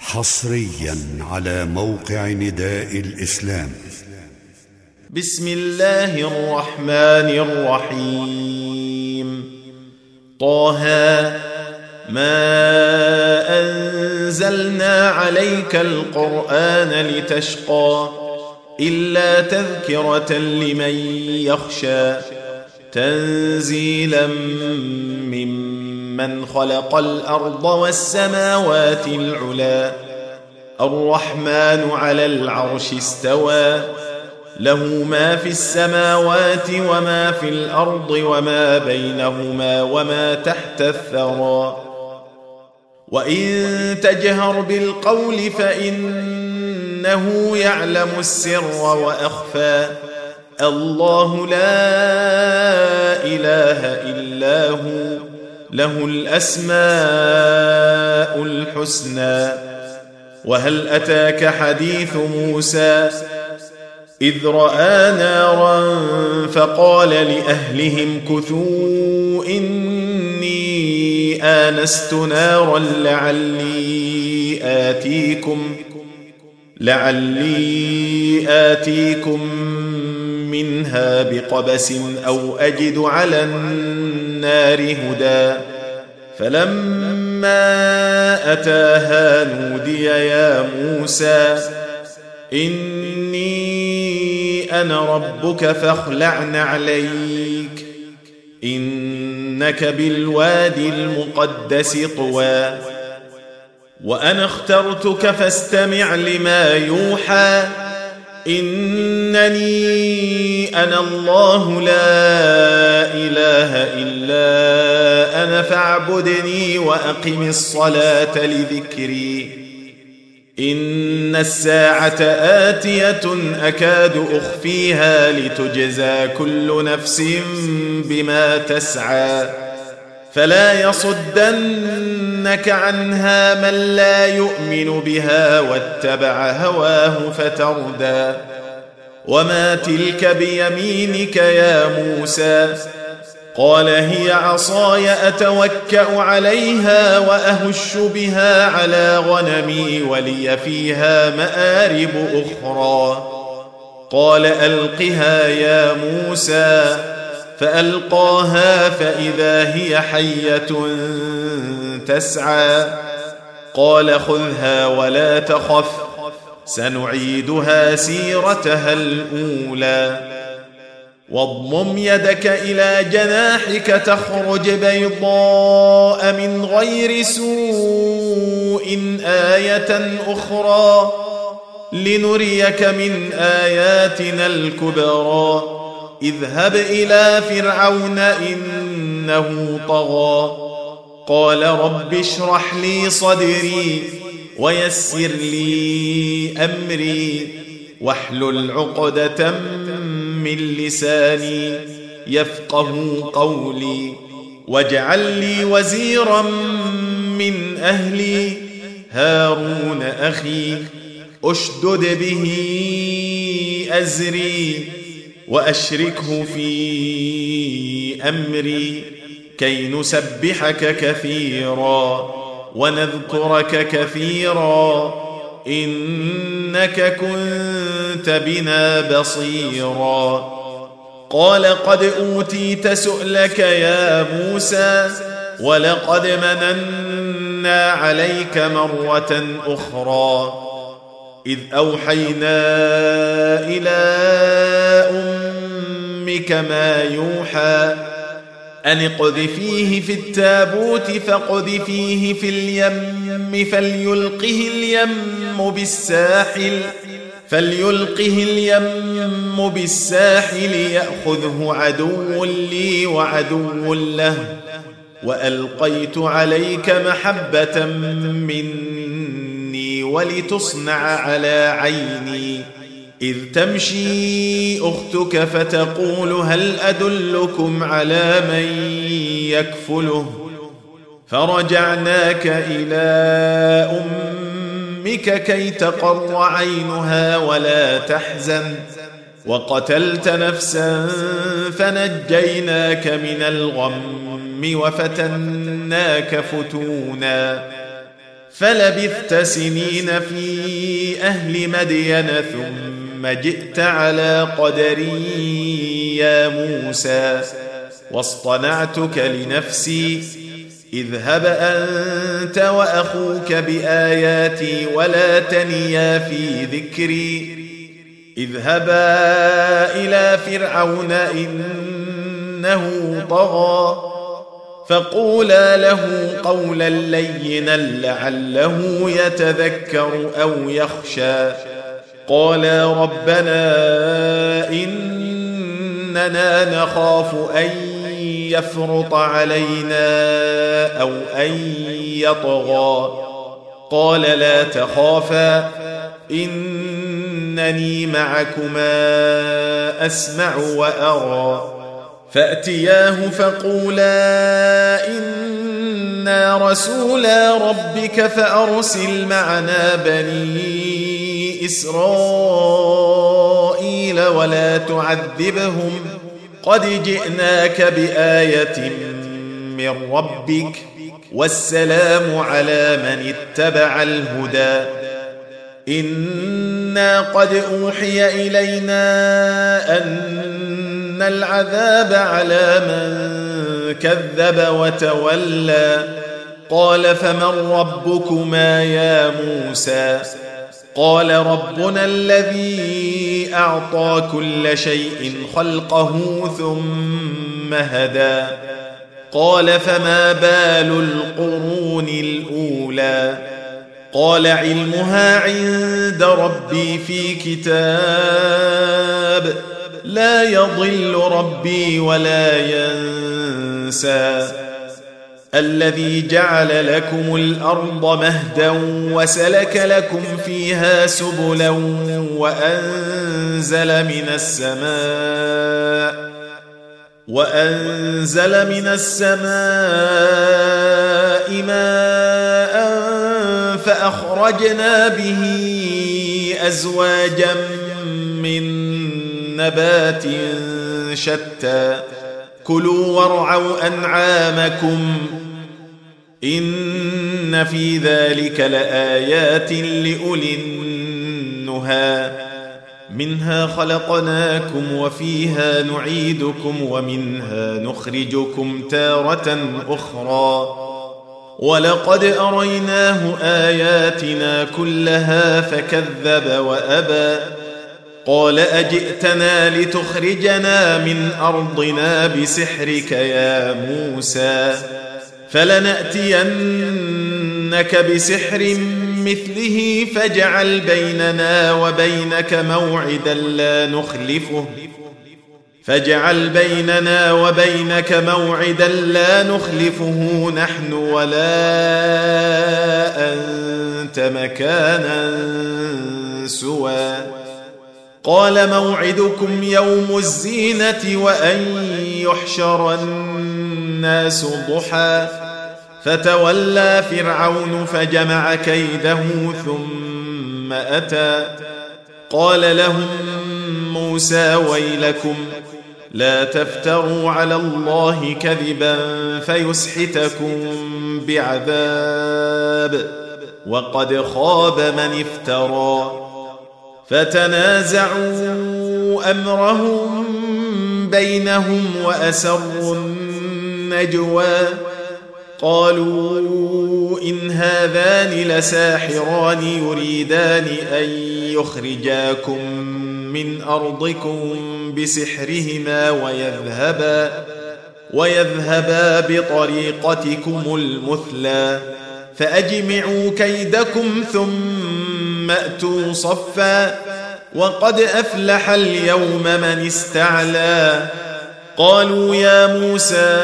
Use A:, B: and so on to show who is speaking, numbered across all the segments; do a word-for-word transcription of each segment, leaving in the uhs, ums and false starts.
A: حصريا على موقع نداء الإسلام.
B: بسم الله الرحمن الرحيم. طه ما أنزلنا عليك القرآن لتشقى إلا تذكرة لمن يخشى تنزيلا ممن خلق الأرض والسماوات العلا الرحمن على العرش استوى له ما في السماوات وما في الأرض وما بينهما وما تحت الثرى وإن تجهر بالقول فإنه يعلم السر وأخفى الله لا إله إلا هو له الأسماء الحسنى. وهل أتاك حديث موسى إذ رأى نارا فقال لأهلهم كثوا إني آنست نارا لعلي آتيكم لعلي آتيكم منها بقبس أو أجد على النار هدى فلما أتاها نودي يا موسى إني أنا ربك فاخلع نعليك إنك بالوادي المقدس طوى وأنا اخترتك فاستمع لما يوحى إنني أنا الله لا إله إلا أنا فاعبدني وأقم الصلاة لذكري إن الساعة آتية أكاد أخفيها لتجزى كل نفس بما تسعى فلا يصدنك عنها من لا يؤمن بها واتبع هواه فتردى وما تلك بيمينك يا موسى قال هي عصاي أتوكأ عليها وأهش بها على غنمي ولي فيها مآرب أخرى قال ألقها يا موسى فألقاها فإذا هي حية تسعى قال خذها ولا تخف سنعيدها سيرتها الأولى واضمم يدك إلى جناحك تخرج بيضاء من غير سوء آية أخرى لنريك من آياتنا الكبرى اذهب إلى فرعون إنه طغى قال رب اشرح لي صدري ويسر لي أمري واحلل عقدة من لساني يفقه قولي واجعل لي وزيرا من أهلي هارون أخي أشدد به أزري وأشركه في أمري كي نسبحك كثيرا ونذكرك كثيرا إنك كنت بنا بصيرا قال قد أوتيت سؤلك يا موسى ولقد مننا عليك مرة أخرى إذ أوحينا إلى أمك ما يوحى أن اقذفيه في التابوت فاقذفيه في اليم فليلقه اليم بالساحل فليلقه اليم بالساحل يأخذه عدو لي وعدو له وألقيت عليك محبة مني ولتصنع على عيني إذ تمشي أختك فتقول هل أدلكم على من يكفله فرجعناك إلى أمك كي تقر عينها ولا تحزن وقتلت نفسا فنجيناك من الغم وفتناك فتونا فلبثت سنين في أهل مدين ثم جئت على قدري يا موسى واصطنعتك لنفسي اذهب أنت وأخوك بآياتي ولا تنيا في ذكري اذهبا إلى فرعون إنه طغى فقولا له قولا لينا لعله يتذكر أو يخشى قالا ربنا إننا نخاف أن يفرط علينا أو أن يطغى قال لا تخافا إنني معكما أسمع وأرى فأتياه فقولا إنا رسولا ربك فأرسل معنا بني إسرائيل ولا تعذبهم قد جئناك بآية من ربك والسلام على من اتبع الهدى إنا قد أوحي إلينا أن العذاب على من كذب وتولى قال فمن ربكما يا موسى قال ربنا الذي أعطى كل شيء خلقه ثم هدى قال فما بال القرون الأولى قال علمها عند ربي في كتاب لا يضل ربي ولا ينسى الذي جعل لكم الأرض مهدا وسلك لكم فيها سبلا وأنزل من السماء وأنزل من السماء ماء فأخرجنا به أزواجا من نبات شتى كلوا وارعوا أنعامكم إن في ذلك لآيات لأولي النهى منها خلقناكم وفيها نعيدكم ومنها نخرجكم تارة أخرى ولقد أريناه آياتنا كلها فكذب وأبى قال أجئتنا لتخرجنا من أرضنا بسحرك يا موسى فلنأتينك بسحر مثله فاجعل بيننا وبينك موعدا لا نخلفه فاجعل بيننا وبينك موعدا لا نخلفه نحن ولا أنت مكانا سوى قال موعدكم يوم الزينة وأن يحشر الناس ضحى فتولى فرعون فجمع كيده ثم أتى قال لهم موسى ويلكم لا تفتروا على الله كذبا فيسحتكم بعذاب وقد خاب من افترى فتنازعوا أمرهم بينهم وأسروا النجوى قالوا إن هذان لساحران يريدان أن يخرجاكم من أرضكم بسحرهما ويذهبا ويذهبا بطريقتكم المثلى فأجمعوا كيدكم ثم أتوا صفا وقد أفلح اليوم من استعلى قالوا يا موسى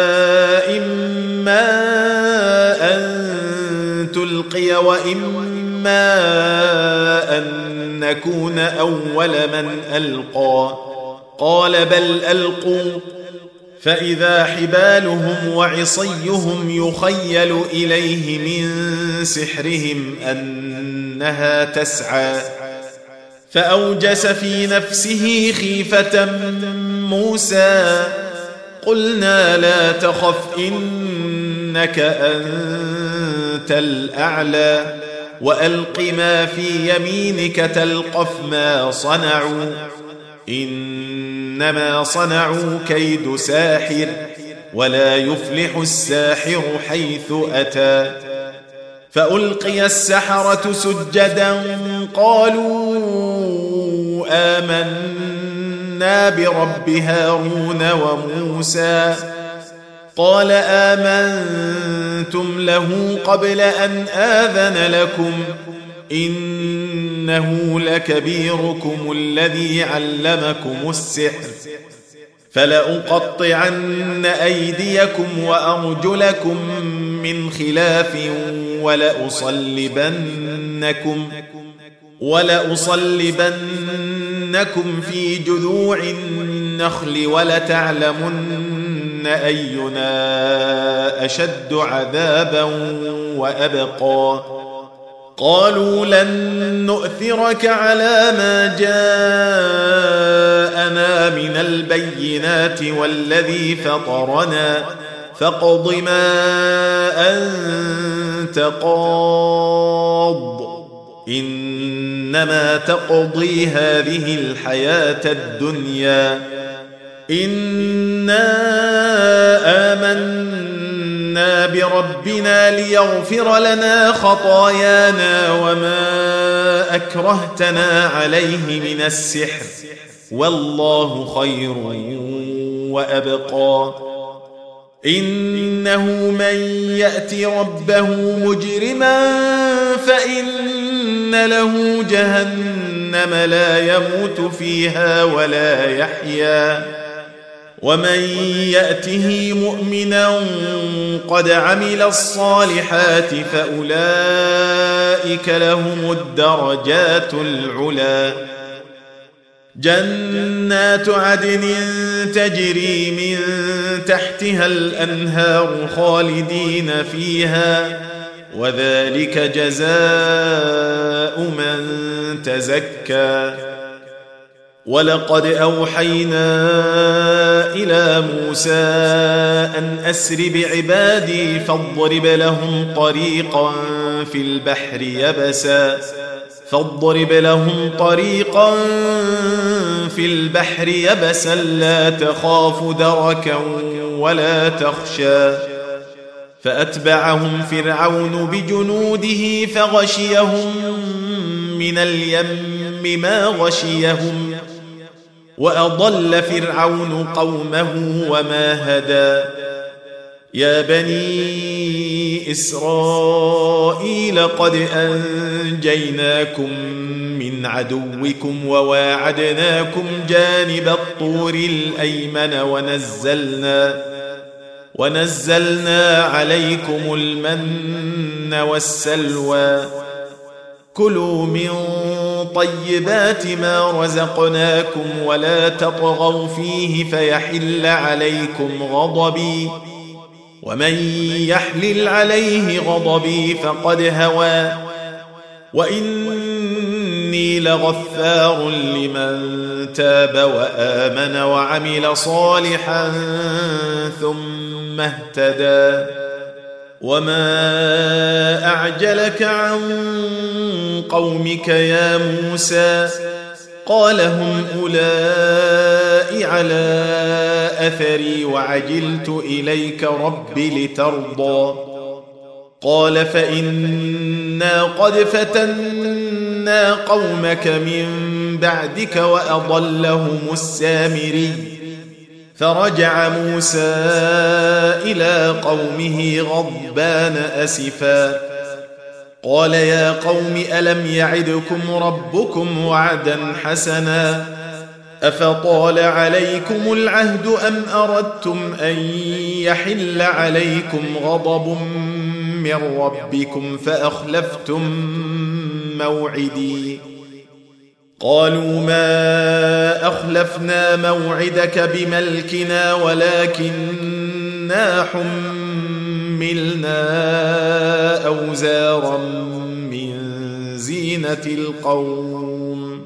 B: إما أن تلقي وإما أن نكون أول من ألقى قال بل ألقوا فإذا حبالهم وعصيهم يخيل إليه من سحرهم أنها تسعى فأوجس في نفسه خيفة موسى قلنا لا تخف إنك أنت أنت الأعلى وألق ما في يمينك تلقف ما صنعوا إنما صنعوا كيد ساحر ولا يفلح الساحر حيث أتى. فألقي السحرة سجدا قالوا آمنا برب هارون وموسى. قال آمنتم له قبل أن آذن لكم إنه لكبيركم الذي علمكم السحر فلأقطعن أيديكم وأرجلكم من خلاف ولأصلبنكم ولأصلبنكم في جذوع النخل ولتعلمن أينا أشد عذابا وأبقى. قالوا لن نؤثرك على ما جاءنا من البينات والذي فطرنا فاقض ما أنت قاض إنما تقضي هذه الحياة الدنيا إنا آمنا بربنا ليغفر لنا خطايانا وما أكرهتنا عليه من السحر والله خير وأبقى. إنه من يأت ربه مجرما فإن له جهنم لا يموت فيها ولا يحيا ومن يأته مؤمنا قد عمل الصالحات فأولئك لهم الدرجات العلى. جنات عدن تجري من تحتها الأنهار خالدين فيها وذلك جزاء من تزكى. ولقد أوحينا إلى موسى أن أسر بعبادي فاضرب لهم طريقا في البحر يبسا فاضرب لهم طريقا في البحر يبسا لا تخاف دركا ولا تخشى. فأتبعهم فرعون بجنوده فغشيهم من اليم ما غشيهم وأضل فرعون قومه وما هدى. يا بني إسرائيل قد أنجيناكم من عدوكم وواعدناكم جانب الطور الأيمن ونزلنا ونزلنا عليكم المن والسلوى. كلوا من طيبات ما رزقناكم ولا تطغوا فيه فيحل عليكم غضبي ومن يحلل عليه غضبي فقد هوى وإني لغفار لمن تاب وآمن وعمل صالحا ثم اهتدى. وما أعجلك عن قومك يا موسى؟ قال هم أولئك على أثري وعجلت إليك رب لترضى. قال فإنا قد فتنا قومك من بعدك وأضلهم السامري. فرجع موسى إلى قومه غضبان أسفا قال يا قوم ألم يعدكم ربكم وعدا حسنا أفطال عليكم العهد أم أردتم أن يحل عليكم غضب من ربكم فأخلفتم موعدي. قالوا ما أخلفنا موعدك بملكنا ولكننا حملنا أوزارا من زينة القوم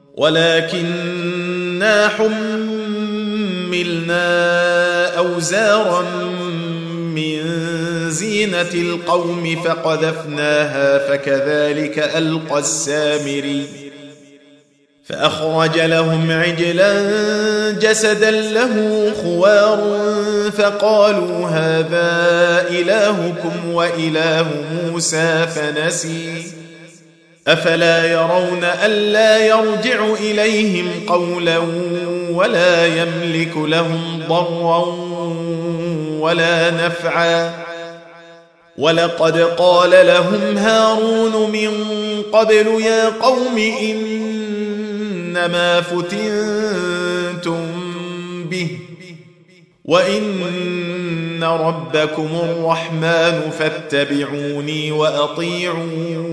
B: ولكننا حملنا أوزارا من زينة القوم فقذفناها فكذلك ألقى السامري فأخرج لهم عجلا جسدا له خوار فقالوا هذا إلهكم وإله موسى فنسي أفلا يرون ألا يرجع إليهم قولا ولا يملك لهم ضرا ولا نفعا ولقد قال لهم هارون من قبل يا قوم إنما فتنتم به وإن ربكم الرحمن فاتبعوني وأطيعوا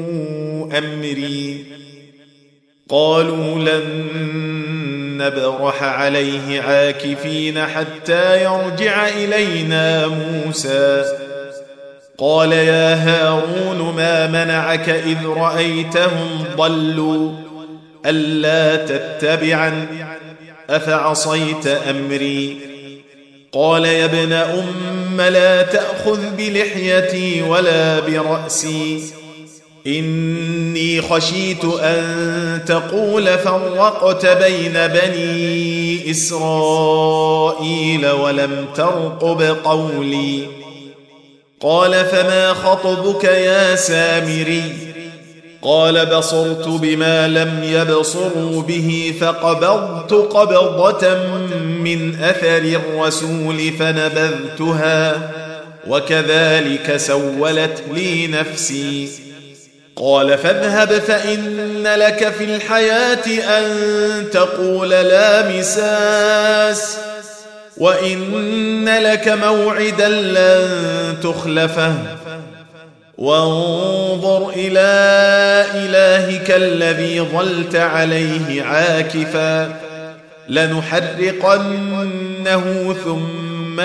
B: أمري قالوا لن نبرح عليه عاكفين حتى يرجع إلينا موسى قال يا هارون ما منعك إذ رأيتهم ضلوا ألا تتبعن أفعصيت أمري قال يا ابن أم لا تأخذ بلحيتي ولا برأسي إني خشيت أن تقول فرقت بين بني إسرائيل ولم ترقب قولي قال فما خطبك يا سامري قال بصرت بما لم يبصروا به فقبضت قبضة من أثر الرسول فنبذتها وكذلك سولت لي نفسي قال فاذهب فإن لك في الحياة أن تقول لا مساس وإن لك موعدا لن تخلفه وانظر إلى إلهك الذي ظلت عليه عاكفا لنحرقنه ثم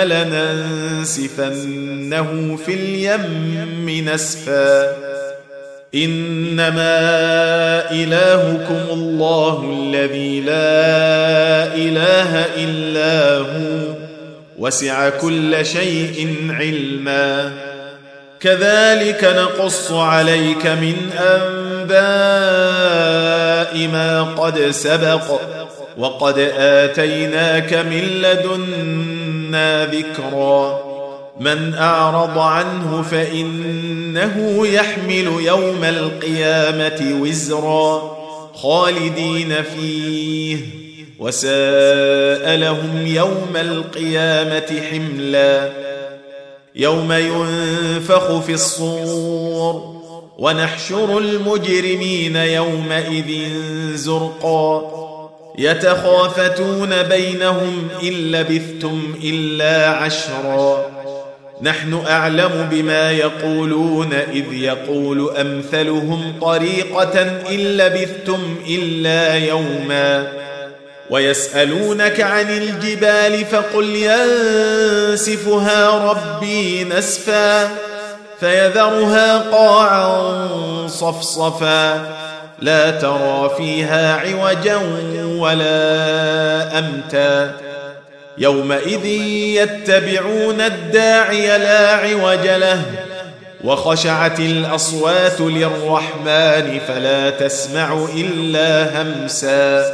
B: لننسفنه في اليم نسفا إنما إلهكم الله الذي لا إله إلا هو وسع كل شيء علما كذلك نقص عليك من أنباء ما قد سبق وقد آتيناك من لدنا ذكرا من أعرض عنه فإنه يحمل يوم القيامة وزرا خالدين فيه وساء لهم يوم القيامة حملا يوم ينفخ في الصور ونحشر المجرمين يومئذ زرقا يتخافتون بينهم إن لبثتم إلا عشرا نحن أعلم بما يقولون إذ يقول أمثلهم طريقة إن لبثتم إلا يوما ويسألونك عن الجبال فقل ينسفها ربي نسفا فيذرها قاعا صفصفا لا ترى فيها عوجا ولا أمتا يومئذ يتبعون الداعي لا عوج له وخشعت الأصوات للرحمن فلا تسمع إلا همسا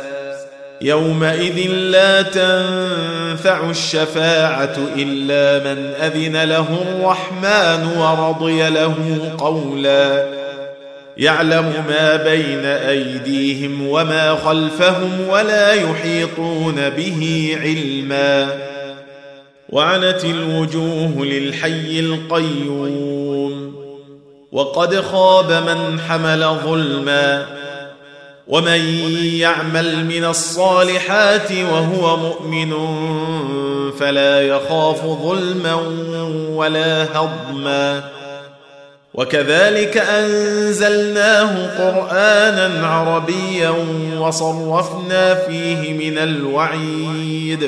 B: يومئذ لا تنفع الشفاعة إلا من أذن له الرحمن ورضي له قولا يعلم ما بين أيديهم وما خلفهم ولا يحيطون به علما وعنت الوجوه للحي القيوم وقد خاب من حمل ظلما ومن يعمل من الصالحات وهو مؤمن فلا يخاف ظلما ولا هضما وكذلك أنزلناه قرآنا عربيا وصرفنا فيه من الوعيد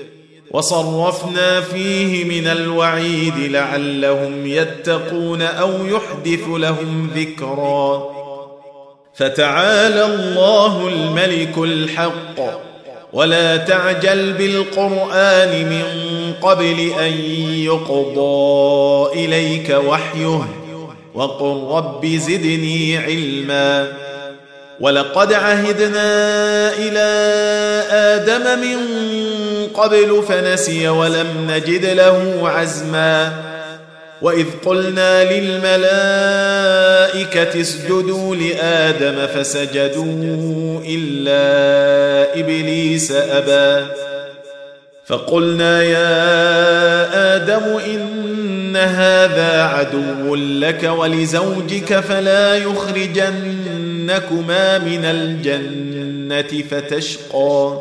B: وصرفنا فيه من الوعيد لعلهم يتقون أو يحدث لهم ذكرا فتعالى الله الملك الحق ولا تعجل بالقرآن من قبل أن يقضى إليك وحيه وقل رب زدني علما ولقد عهدنا إلى آدم من قبل فنسي ولم نجد له عزما وإذ قلنا للملائكة اسجدوا لآدم فسجدوا إلا إبليس أبى فقلنا يا آدم إن هذا عدو لك ولزوجك فلا يخرجنكما من الجنة فتشقى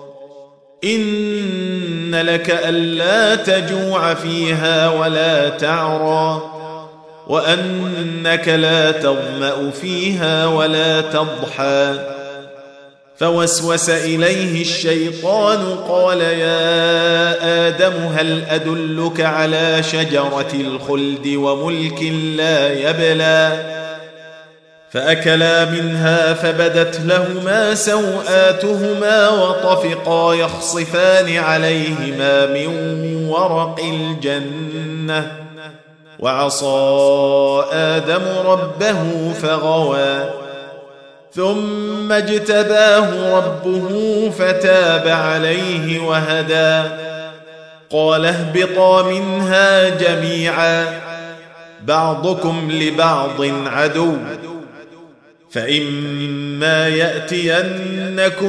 B: إن لك ألا تجوع فيها ولا تعرى وأنك لا تظمأ فيها ولا تضحى فوسوس إليه الشيطان قال يا آدم هل أدلك على شجرة الخلد وملك لا يبلى فأكلا منها فبدت لهما سوآتهما وطفقا يخصفان عليهما من ورق الجنة وعصى آدم ربه فغوى ثم اجتباه ربه فتاب عليه وهدى قال اهبطا منها جميعا بعضكم لبعض عدو فإما يأتينكم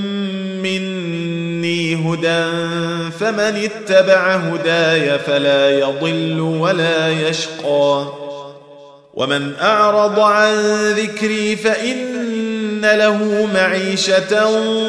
B: مني هدى فمن اتبع هداي فلا يضل ولا يشقى ومن أعرض عن ذكري فإن له معيشة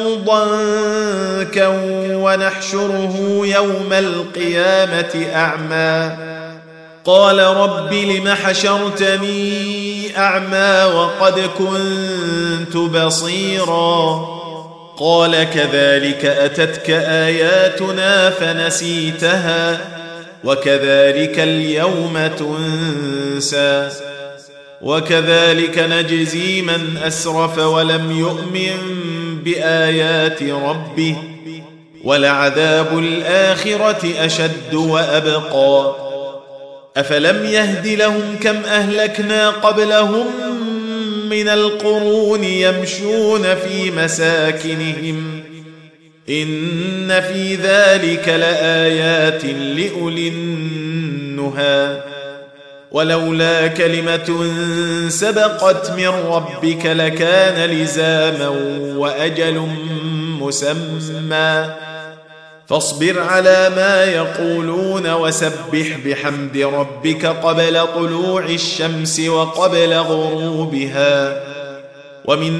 B: ضنكا ونحشره يوم القيامة أعمى قال رب لم حشرتني أعمى وقد كنت بصيرا قال كذلك أتتك آياتنا فنسيتها وكذلك اليوم تنسى وكذلك نجزي من أسرف ولم يؤمن بآيات ربه ولعذاب الآخرة أشد وأبقى أفلم يهد لهم كم أهلكنا قبلهم من القرون يمشون في مساكنهم إن في ذلك لآيات لأولي النهى ولولا كلمة سبقت من ربك لكان لزاما وأجل مسمى فاصبر على ما يقولون وسبح بحمد ربك قبل طلوع الشمس وقبل غروبها ومن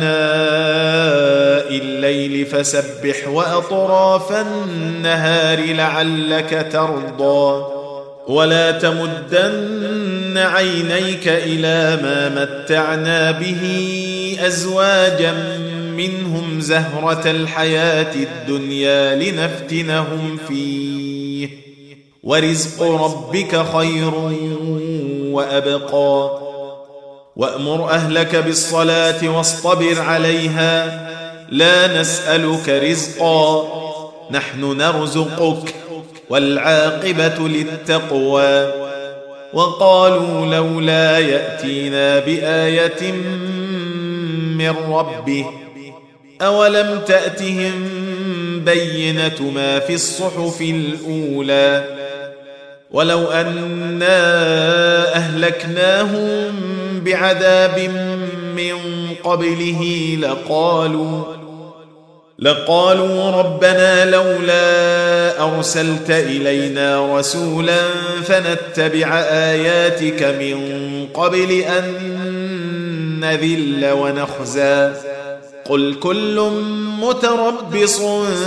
B: آناء الليل فسبح وأطراف النهار لعلك ترضى ولا تمدن عينيك إلى ما متعنا به أزواجا منهم زهرة الحياة الدنيا لنفتنهم فيه ورزق ربك خير وأبقى وأمر أهلك بالصلاة واصطبر عليها لا نسألك رزقا نحن نرزقك والعاقبة للتقوى وقالوا لولا يأتينا بآية من ربه أولم تأتهم بينة ما في الصحف الأولى ولو أنا أهلكناهم بعذاب من قبله لقالوا لقالوا ربنا لولا أرسلت إلينا رسولا فنتبع آياتك من قبل أن نذل ونخزى قل كل متربص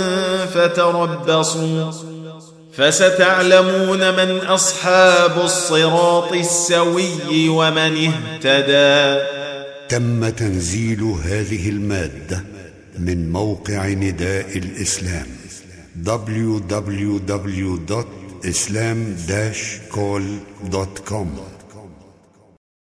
B: فتربصوا فستعلمون من أصحاب الصراط السوي ومن اهتدى.
A: تم تنزيل هذه المادة من موقع نداء الإسلام دبليو دبليو دبليو دوت إسلام داش كول دوت كوم.